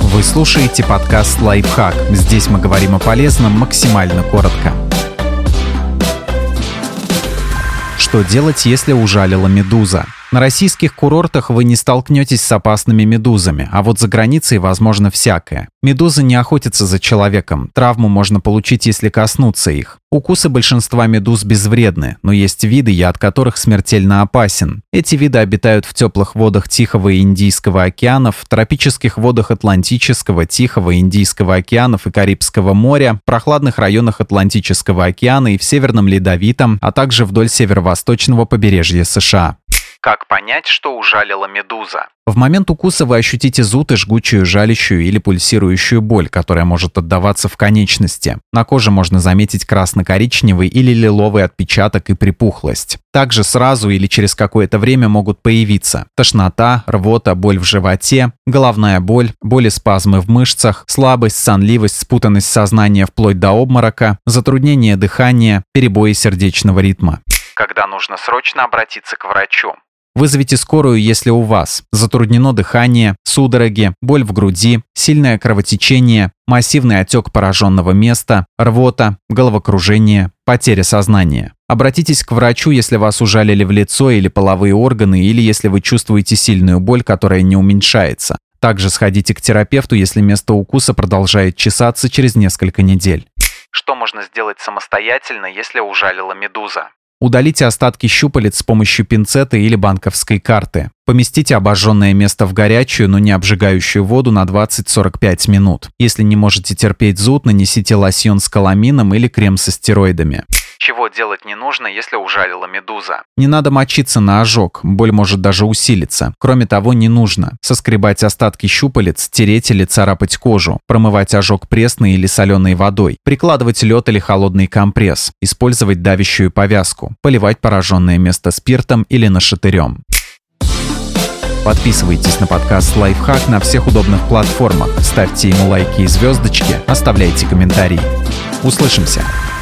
Вы слушаете подкаст «Лайфхак». Здесь мы говорим о полезном максимально коротко. Что делать, если ужалила медуза? На российских курортах вы не столкнетесь с опасными медузами, а вот за границей возможно всякое. Медузы не охотятся за человеком, травму можно получить, если коснуться их. Укусы большинства медуз безвредны, но есть виды, яд которых смертельно опасен. Эти виды обитают в теплых водах Тихого и Индийского океанов, в тропических водах Атлантического, Тихого, Индийского океанов и Карибского моря, в прохладных районах Атлантического океана и в Северном Ледовитом, а также вдоль северо-восточного побережья США. Как понять, что ужалила медуза? В момент укуса вы ощутите зуд и жгучую, жалящую или пульсирующую боль, которая может отдаваться в конечности. На коже можно заметить красно-коричневый или лиловый отпечаток и припухлость. Также сразу или через какое-то время могут появиться тошнота, рвота, боль в животе, головная боль, боли, спазмы в мышцах, слабость, сонливость, спутанность сознания вплоть до обморока, затруднение дыхания, перебои сердечного ритма. Когда нужно срочно обратиться к врачу? Вызовите скорую, если у вас затруднено дыхание, судороги, боль в груди, сильное кровотечение, массивный отек пораженного места, рвота, головокружение, потеря сознания. Обратитесь к врачу, если вас ужалили в лицо или половые органы, или если вы чувствуете сильную боль, которая не уменьшается. Также сходите к терапевту, если место укуса продолжает чесаться через несколько недель. Что можно сделать самостоятельно, если ужалила медуза? Удалите остатки щупалец с помощью пинцета или банковской карты. Поместите обожженное место в горячую, но не обжигающую воду на 20-45 минут. Если не можете терпеть зуд, нанесите лосьон с каламином или крем со стероидами. Чего делать не нужно, если ужалила медуза? Не надо мочиться на ожог, боль может даже усилиться. Кроме того, не нужно соскребать остатки щупалец, тереть или царапать кожу, промывать ожог пресной или соленой водой, прикладывать лед или холодный компресс, использовать давящую повязку, поливать пораженное место спиртом или нашатырем. Подписывайтесь на подкаст «Лайфхак» на всех удобных платформах, ставьте ему лайки и звездочки, оставляйте комментарии. Услышимся!